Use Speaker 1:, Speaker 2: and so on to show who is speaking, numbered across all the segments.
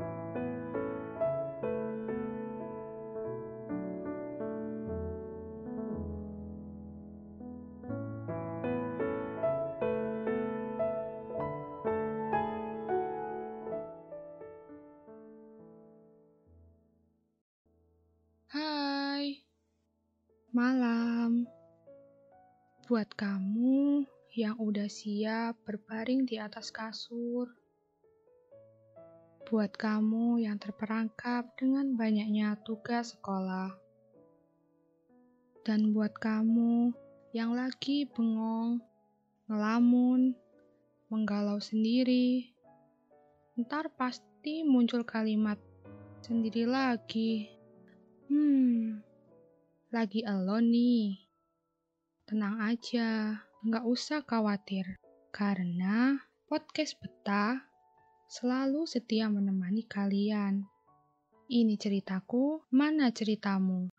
Speaker 1: Hai, malam. Buat kamu yang udah siap berbaring di atas kasur. Buat kamu yang terperangkap dengan banyaknya tugas sekolah. Dan buat kamu yang lagi bengong, ngelamun, menggalau sendiri. Ntar pasti muncul kalimat, sendiri lagi. Lagi alone nih. Tenang aja, nggak usah khawatir. Karena podcast Betah selalu setia menemani kalian. Ini ceritaku, mana ceritamu?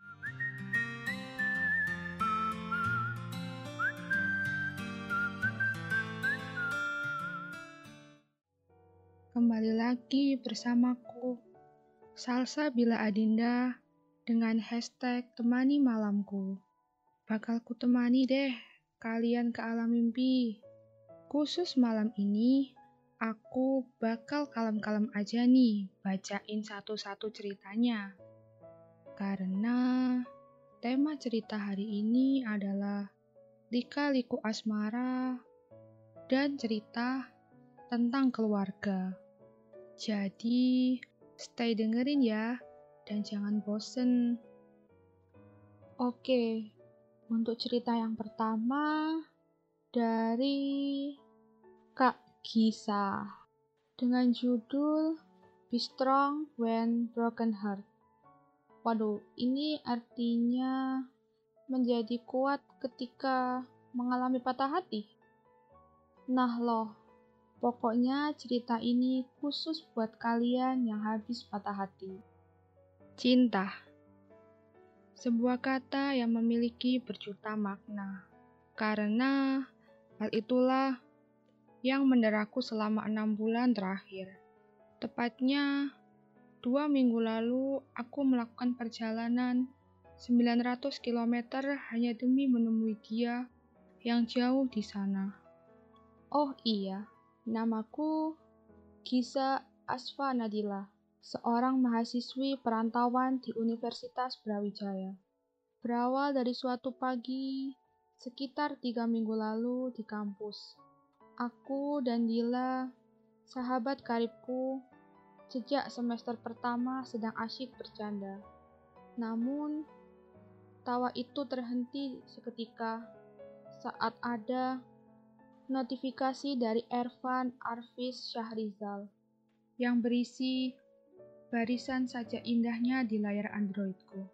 Speaker 1: Kembali lagi bersamaku, Salsabila Adinda, dengan hashtag temani malamku. Bakal ku temani deh kalian ke alam mimpi. Khusus malam ini, aku bakal kalem-kalem aja nih bacain satu-satu ceritanya. Karena tema cerita hari ini adalah lika-liku asmara dan cerita tentang keluarga. Jadi, stay dengerin ya dan jangan bosen. Oke, untuk cerita yang pertama dari Kak Gisa dengan judul Be Strong When Broken Heart. Waduh, ini artinya menjadi kuat ketika mengalami patah hati. Nah loh, pokoknya cerita ini khusus buat kalian yang habis patah hati. Cinta, sebuah kata yang memiliki berjuta makna. Karena hal itulah yang menderaku selama 6 bulan terakhir. Tepatnya 2 minggu lalu aku melakukan perjalanan 900 km hanya demi menemui dia yang jauh di sana. Oh iya, namaku Gisa Asfa Nadila, seorang mahasiswi perantauan di Universitas Brawijaya. Berawal dari suatu pagi sekitar 3 minggu lalu di kampus. Aku dan Dila, sahabat karibku, sejak semester pertama sedang asyik bercanda. Namun, tawa itu terhenti seketika saat ada notifikasi dari Ervan Arvis Syahrizal yang berisi barisan saja indahnya di layar Androidku.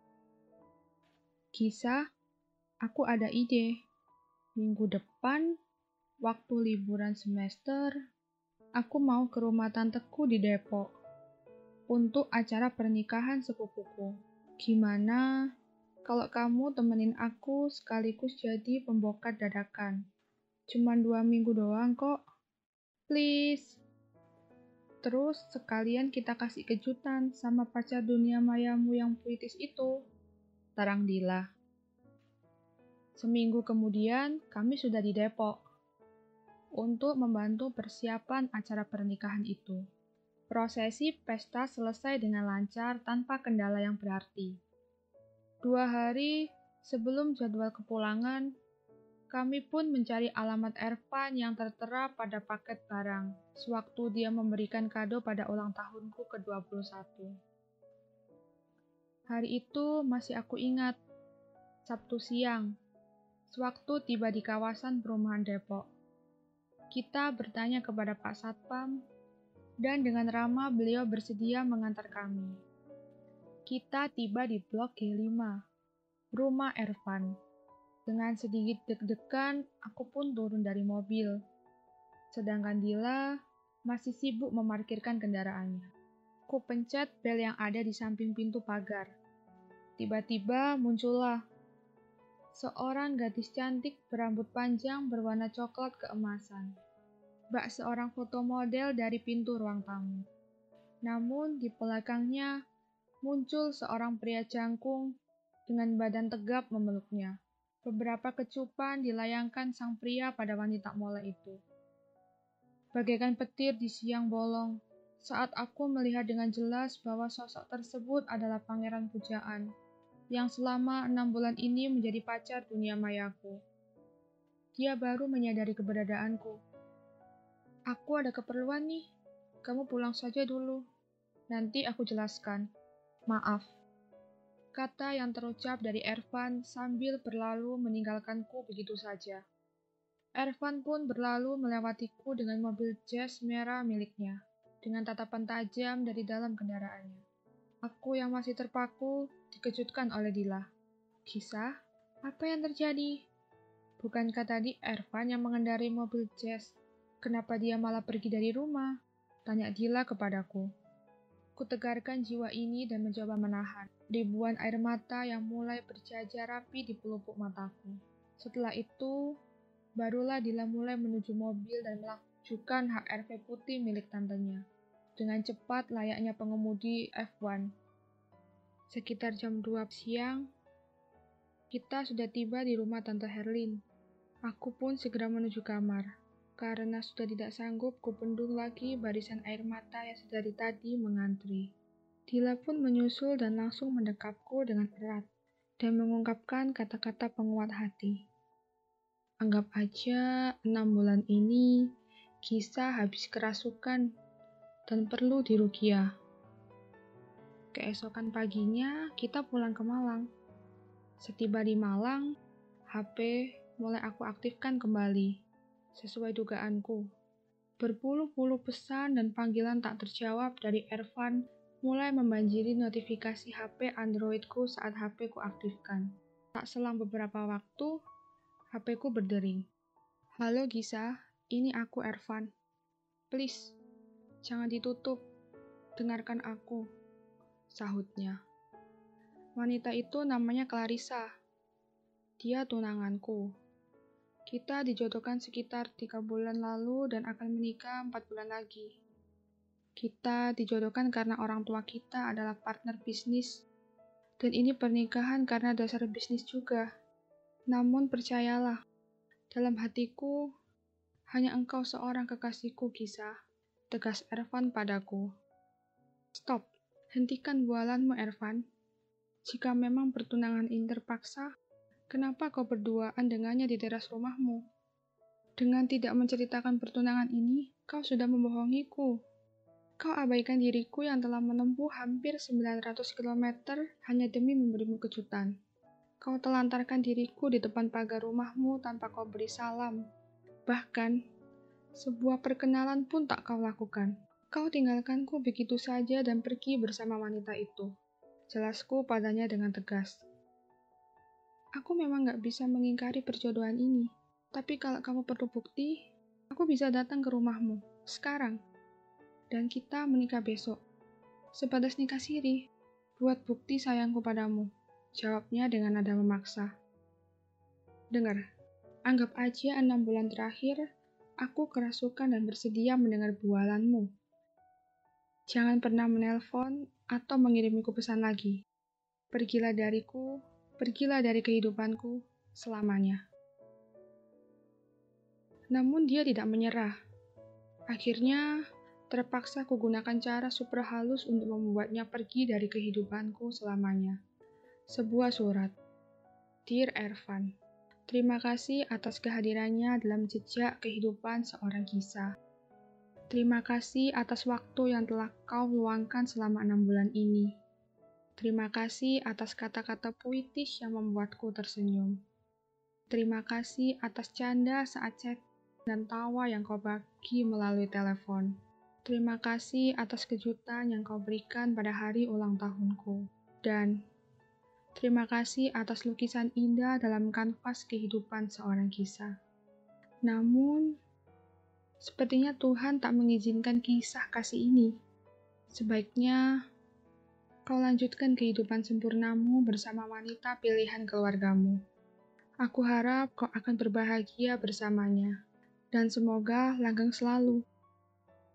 Speaker 1: Gisa, aku ada ide. Minggu depan, waktu liburan semester, aku mau ke rumah tanteku di Depok untuk acara pernikahan sepupuku. Gimana kalau kamu temenin aku sekaligus jadi pembokat dadakan? Cuman 2 minggu doang kok. Please. Terus sekalian kita kasih kejutan sama pacar dunia mayamu yang puitis itu. Tarang Dila. Seminggu kemudian kami sudah di Depok untuk membantu persiapan acara pernikahan itu. Prosesi pesta selesai dengan lancar tanpa kendala yang berarti. 2 hari sebelum jadwal kepulangan, kami pun mencari alamat Ervan yang tertera pada paket barang sewaktu dia memberikan kado pada ulang tahunku ke-21. Hari itu masih aku ingat, Sabtu siang, sewaktu tiba di kawasan perumahan Depok. Kita bertanya kepada Pak Satpam, dan dengan ramah beliau bersedia mengantar kami. Kita tiba di blok G5, rumah Ervan. Dengan sedikit deg-degan, aku pun turun dari mobil. Sedangkan Dila masih sibuk memarkirkan kendaraannya. Ku pencet bel yang ada di samping pintu pagar. Tiba-tiba muncullah seorang gadis cantik berambut panjang berwarna coklat keemasan. Bak seorang foto model dari pintu ruang tamu. Namun di belakangnya muncul seorang pria jangkung dengan badan tegap memeluknya. Beberapa kecupan dilayangkan sang pria pada wanita molek itu. Bagaikan petir di siang bolong, saat aku melihat dengan jelas bahwa sosok tersebut adalah Pangeran Pujaan, yang selama 6 bulan ini menjadi pacar dunia mayaku. Dia baru menyadari keberadaanku. Aku ada keperluan nih, kamu pulang saja dulu. Nanti aku jelaskan. Maaf. Kata yang terucap dari Ervan sambil berlalu meninggalkanku begitu saja. Ervan pun berlalu melewatiku dengan mobil jazz merah miliknya, dengan tatapan tajam dari dalam kendaraannya. Aku yang masih terpaku dikejutkan oleh Dila. Kisah, apa yang terjadi? Bukankah tadi Ervan yang mengendarai mobil jazz? Kenapa dia malah pergi dari rumah? Tanya Dila kepadaku. Kutegarkan jiwa ini dan mencoba menahan ribuan air mata yang mulai berjajar rapi di pelupuk mataku. Setelah itu, barulah Dila mulai menuju mobil dan melajukan HRV putih milik tantenya. Dengan cepat layaknya pengemudi F1. Sekitar jam 2 siang, kita sudah tiba di rumah Tante Herlin. Aku pun segera menuju kamar. Karena sudah tidak sanggup, kupendung lagi barisan air mata yang sedari tadi mengantri. Dila pun menyusul dan langsung mendekapku dengan erat dan mengungkapkan kata-kata penguat hati. Anggap aja 6 bulan ini Kisah habis kerasukan dan perlu diruqyah. Keesokan paginya kita pulang ke Malang. Setiba di Malang, HP mulai aku aktifkan kembali. Sesuai dugaanku, berpuluh-puluh pesan dan panggilan tak terjawab dari Ervan mulai membanjiri notifikasi HP Androidku saat HP ku aktifkan. Tak selang beberapa waktu, HP ku berdering. Halo Gisa, ini aku Ervan. Please, jangan ditutup. Dengarkan aku, sahutnya. Wanita itu namanya Clarissa. Dia tunanganku. Kita dijodohkan sekitar 3 bulan lalu dan akan menikah 4 bulan lagi. Kita dijodohkan karena orang tua kita adalah partner bisnis. Dan ini pernikahan karena dasar bisnis juga. Namun percayalah, dalam hatiku, hanya engkau seorang kekasihku, Kisah. Tegas Ervan padaku. Stop, hentikan bualanmu, Ervan. Jika memang pertunangan ini terpaksa, kenapa kau berduaan dengannya di teras rumahmu? Dengan tidak menceritakan pertunangan ini, kau sudah membohongiku. Kau abaikan diriku yang telah menempuh hampir 900 km hanya demi memberimu kejutan. Kau telantarkan diriku di depan pagar rumahmu tanpa kau beri salam. Bahkan, sebuah perkenalan pun tak kau lakukan. Kau tinggalkanku begitu saja dan pergi bersama wanita itu. Jelasku padanya dengan tegas. Aku memang gak bisa mengingkari perjodohan ini. Tapi kalau kamu perlu bukti, aku bisa datang ke rumahmu, sekarang. Dan kita menikah besok. Sebatas nikah siri, buat bukti sayangku padamu. Jawabnya dengan nada memaksa. Dengar, anggap aja 6 bulan terakhir, aku kerasukan dan bersedia mendengar bualanmu. Jangan pernah menelpon atau mengirimiku pesan lagi. Pergilah dariku, pergilah dari kehidupanku selamanya. Namun dia tidak menyerah. Akhirnya, terpaksa kugunakan cara super halus untuk membuatnya pergi dari kehidupanku selamanya. Sebuah surat. Dear Ervan, terima kasih atas kehadirannya dalam jejak kehidupan seorang Kisah. Terima kasih atas waktu yang telah kau luangkan selama 6 bulan ini. Terima kasih atas kata-kata puitis yang membuatku tersenyum. Terima kasih atas canda saat chat dan tawa yang kau bagi melalui telepon. Terima kasih atas kejutan yang kau berikan pada hari ulang tahunku. Dan terima kasih atas lukisan indah dalam kanvas kehidupan seorang Kisah. Namun, sepertinya Tuhan tak mengizinkan kisah kasih ini. Sebaiknya, kau lanjutkan kehidupan sempurnamu bersama wanita pilihan keluargamu. Aku harap kau akan berbahagia bersamanya. Dan semoga langgeng selalu.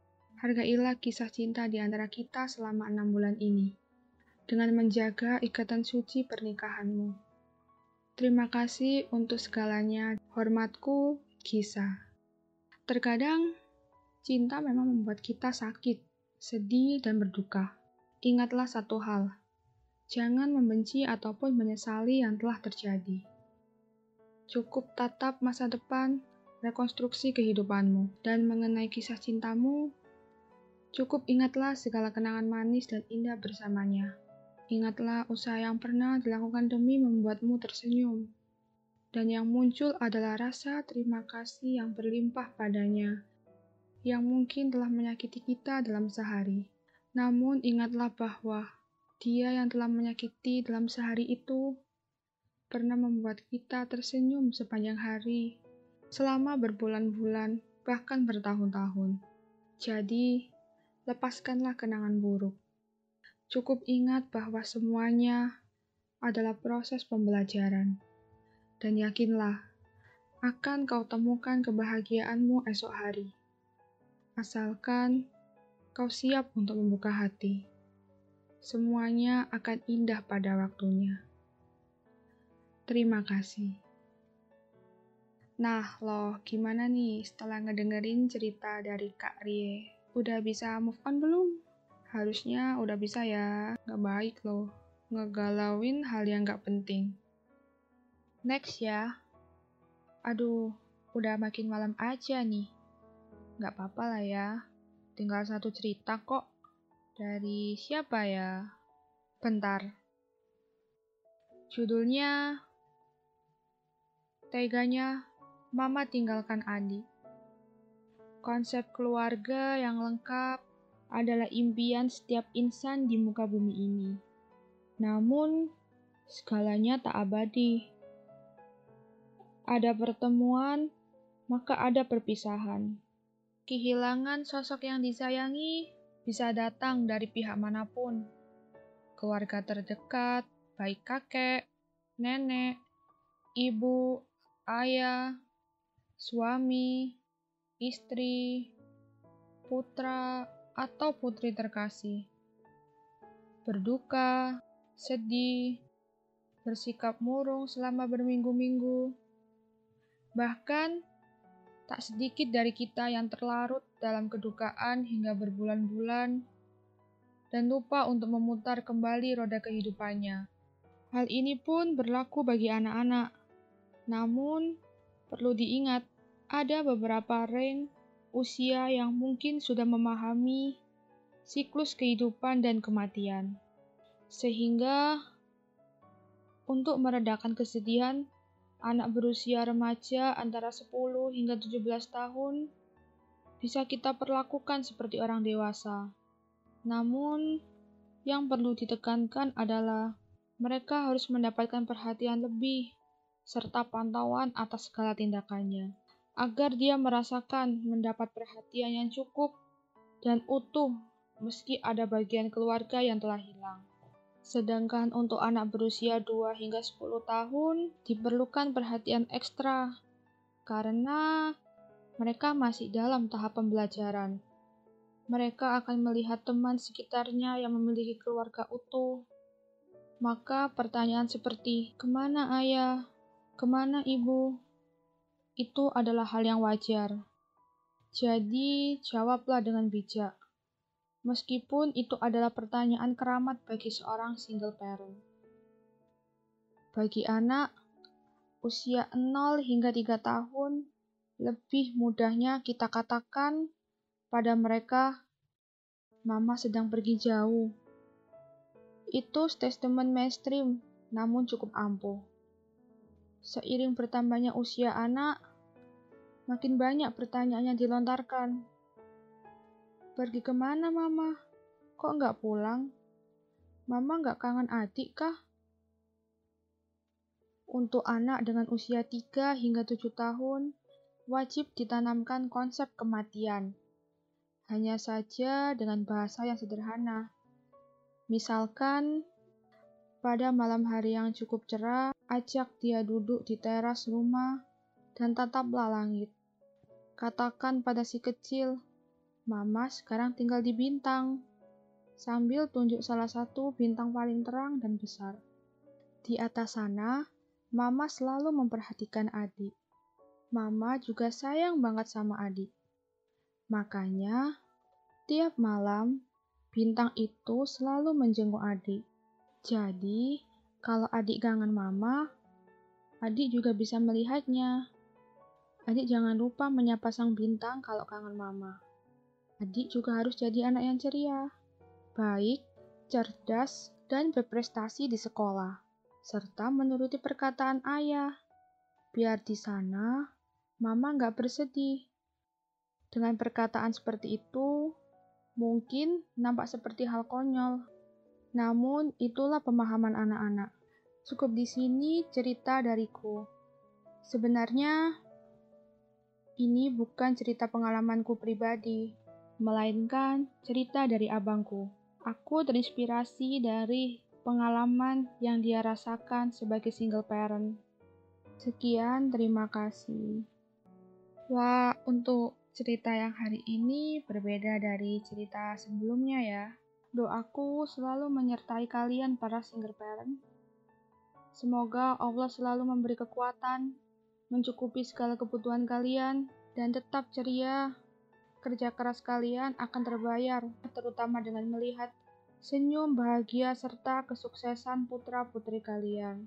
Speaker 1: Hargailah kisah cinta di antara kita selama 6 bulan ini, dengan menjaga ikatan suci pernikahanmu. Terima kasih untuk segalanya. Hormatku, Kisah. Terkadang, cinta memang membuat kita sakit, sedih, dan berduka. Ingatlah satu hal, jangan membenci ataupun menyesali yang telah terjadi. Cukup tatap masa depan, rekonstruksi kehidupanmu, dan mengenai kisah cintamu, cukup ingatlah segala kenangan manis dan indah bersamanya. Ingatlah usaha yang pernah dilakukan demi membuatmu tersenyum. Dan yang muncul adalah rasa terima kasih yang berlimpah padanya, yang mungkin telah menyakiti kita dalam sehari. Namun ingatlah bahwa dia yang telah menyakiti dalam sehari itu pernah membuat kita tersenyum sepanjang hari, selama berbulan-bulan, bahkan bertahun-tahun. Jadi, lepaskanlah kenangan buruk. Cukup ingat bahwa semuanya adalah proses pembelajaran. Dan yakinlah, akan kau temukan kebahagiaanmu esok hari. Asalkan kau siap untuk membuka hati. Semuanya akan indah pada waktunya. Terima kasih. Nah, loh, gimana nih setelah ngedengerin cerita dari Kak Rie? Udah bisa move on belum? Harusnya udah bisa ya, gak baik loh. Ngegalauin hal yang gak penting. Next ya. Aduh, udah makin malam aja nih. Gak apa-apa lah ya. Tinggal satu cerita kok. Dari siapa ya? Bentar. Judulnya Teganya Mama Tinggalkan Adik. Konsep keluarga yang lengkap adalah impian setiap insan di muka bumi ini. Namun, segalanya tak abadi. Ada pertemuan, maka ada perpisahan. Kehilangan sosok yang disayangi bisa datang dari pihak manapun. Keluarga terdekat, baik kakek, nenek, ibu, ayah, suami, istri, putra, atau putri terkasih. Berduka, sedih, bersikap murung selama berminggu-minggu. Bahkan, tak sedikit dari kita yang terlarut dalam kedukaan hingga berbulan-bulan dan lupa untuk memutar kembali roda kehidupannya. Hal ini pun berlaku bagi anak-anak. Namun, perlu diingat, ada beberapa range usia yang mungkin sudah memahami siklus kehidupan dan kematian. Sehingga, untuk meredakan kesedihan, anak berusia remaja antara 10 hingga 17 tahun bisa kita perlakukan seperti orang dewasa. Namun, yang perlu ditekankan adalah mereka harus mendapatkan perhatian lebih serta pantauan atas segala tindakannya, agar dia merasakan mendapat perhatian yang cukup dan utuh meski ada bagian keluarga yang telah hilang. Sedangkan untuk anak berusia 2 hingga 10 tahun diperlukan perhatian ekstra karena mereka masih dalam tahap pembelajaran. Mereka akan melihat teman sekitarnya yang memiliki keluarga utuh. Maka pertanyaan seperti, kemana ayah? Kemana ibu? Itu adalah hal yang wajar. Jadi, jawablah dengan bijak. Meskipun itu adalah pertanyaan keramat bagi seorang single parent. Bagi anak, usia 0 hingga 3 tahun, lebih mudahnya kita katakan pada mereka, Mama sedang pergi jauh. Itu statement mainstream, namun cukup ampuh. Seiring bertambahnya usia anak, makin banyak pertanyaan yang dilontarkan. Pergi kemana, Mama? Kok nggak pulang? Mama nggak kangen adik kah? Untuk anak dengan usia 3 hingga 7 tahun, wajib ditanamkan konsep kematian. Hanya saja dengan bahasa yang sederhana. Misalkan, pada malam hari yang cukup cerah, ajak dia duduk di teras rumah dan tataplah langit. Katakan pada si kecil, Mama sekarang tinggal di Bintang, sambil tunjuk salah satu bintang paling terang dan besar. Di atas sana, Mama selalu memperhatikan adik. Mama juga sayang banget sama adik. Makanya, tiap malam, bintang itu selalu menjenguk adik. Jadi, kalau adik kangen Mama, adik juga bisa melihatnya. Adik jangan lupa menyapa sang bintang kalau kangen Mama. Adik juga harus jadi anak yang ceria, baik, cerdas, dan berprestasi di sekolah, serta menuruti perkataan ayah. Biar di sana, Mama nggak bersedih. Dengan perkataan seperti itu, mungkin nampak seperti hal konyol. Namun, itulah pemahaman anak-anak. Cukup di sini cerita dariku. Sebenarnya, ini bukan cerita pengalamanku pribadi, melainkan cerita dari abangku. Aku terinspirasi dari pengalaman yang dia rasakan sebagai single parent. Sekian, terima kasih. Wah, untuk cerita yang hari ini berbeda dari cerita sebelumnya ya. Doaku selalu menyertai kalian para single parent. Semoga Allah selalu memberi kekuatan, mencukupi segala kebutuhan kalian, dan tetap ceria. Kerja keras kalian akan terbayar, terutama dengan melihat senyum bahagia serta kesuksesan putra-putri kalian.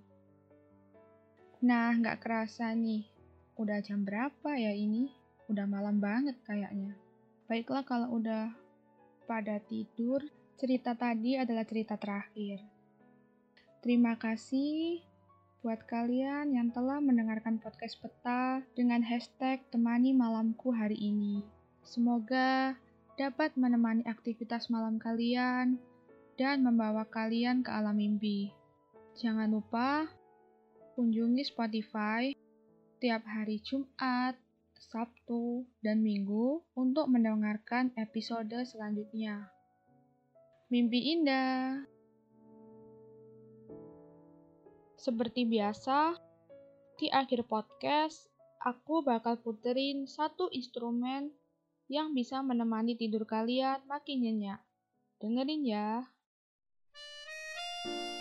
Speaker 1: Nah, nggak kerasa nih, udah jam berapa ya ini? Udah malam banget kayaknya. Baiklah kalau udah pada tidur, cerita tadi adalah cerita terakhir. Terima kasih buat kalian yang telah mendengarkan podcast Peta dengan hashtag temani malamku hari ini. Semoga dapat menemani aktivitas malam kalian dan membawa kalian ke alam mimpi. Jangan lupa kunjungi Spotify tiap hari Jumat, Sabtu, dan Minggu untuk mendengarkan episode selanjutnya. Mimpi indah! Seperti biasa, di akhir podcast, aku bakal puterin satu instrumen yang bisa menemani tidur kalian makin nyenyak. Dengerin ya!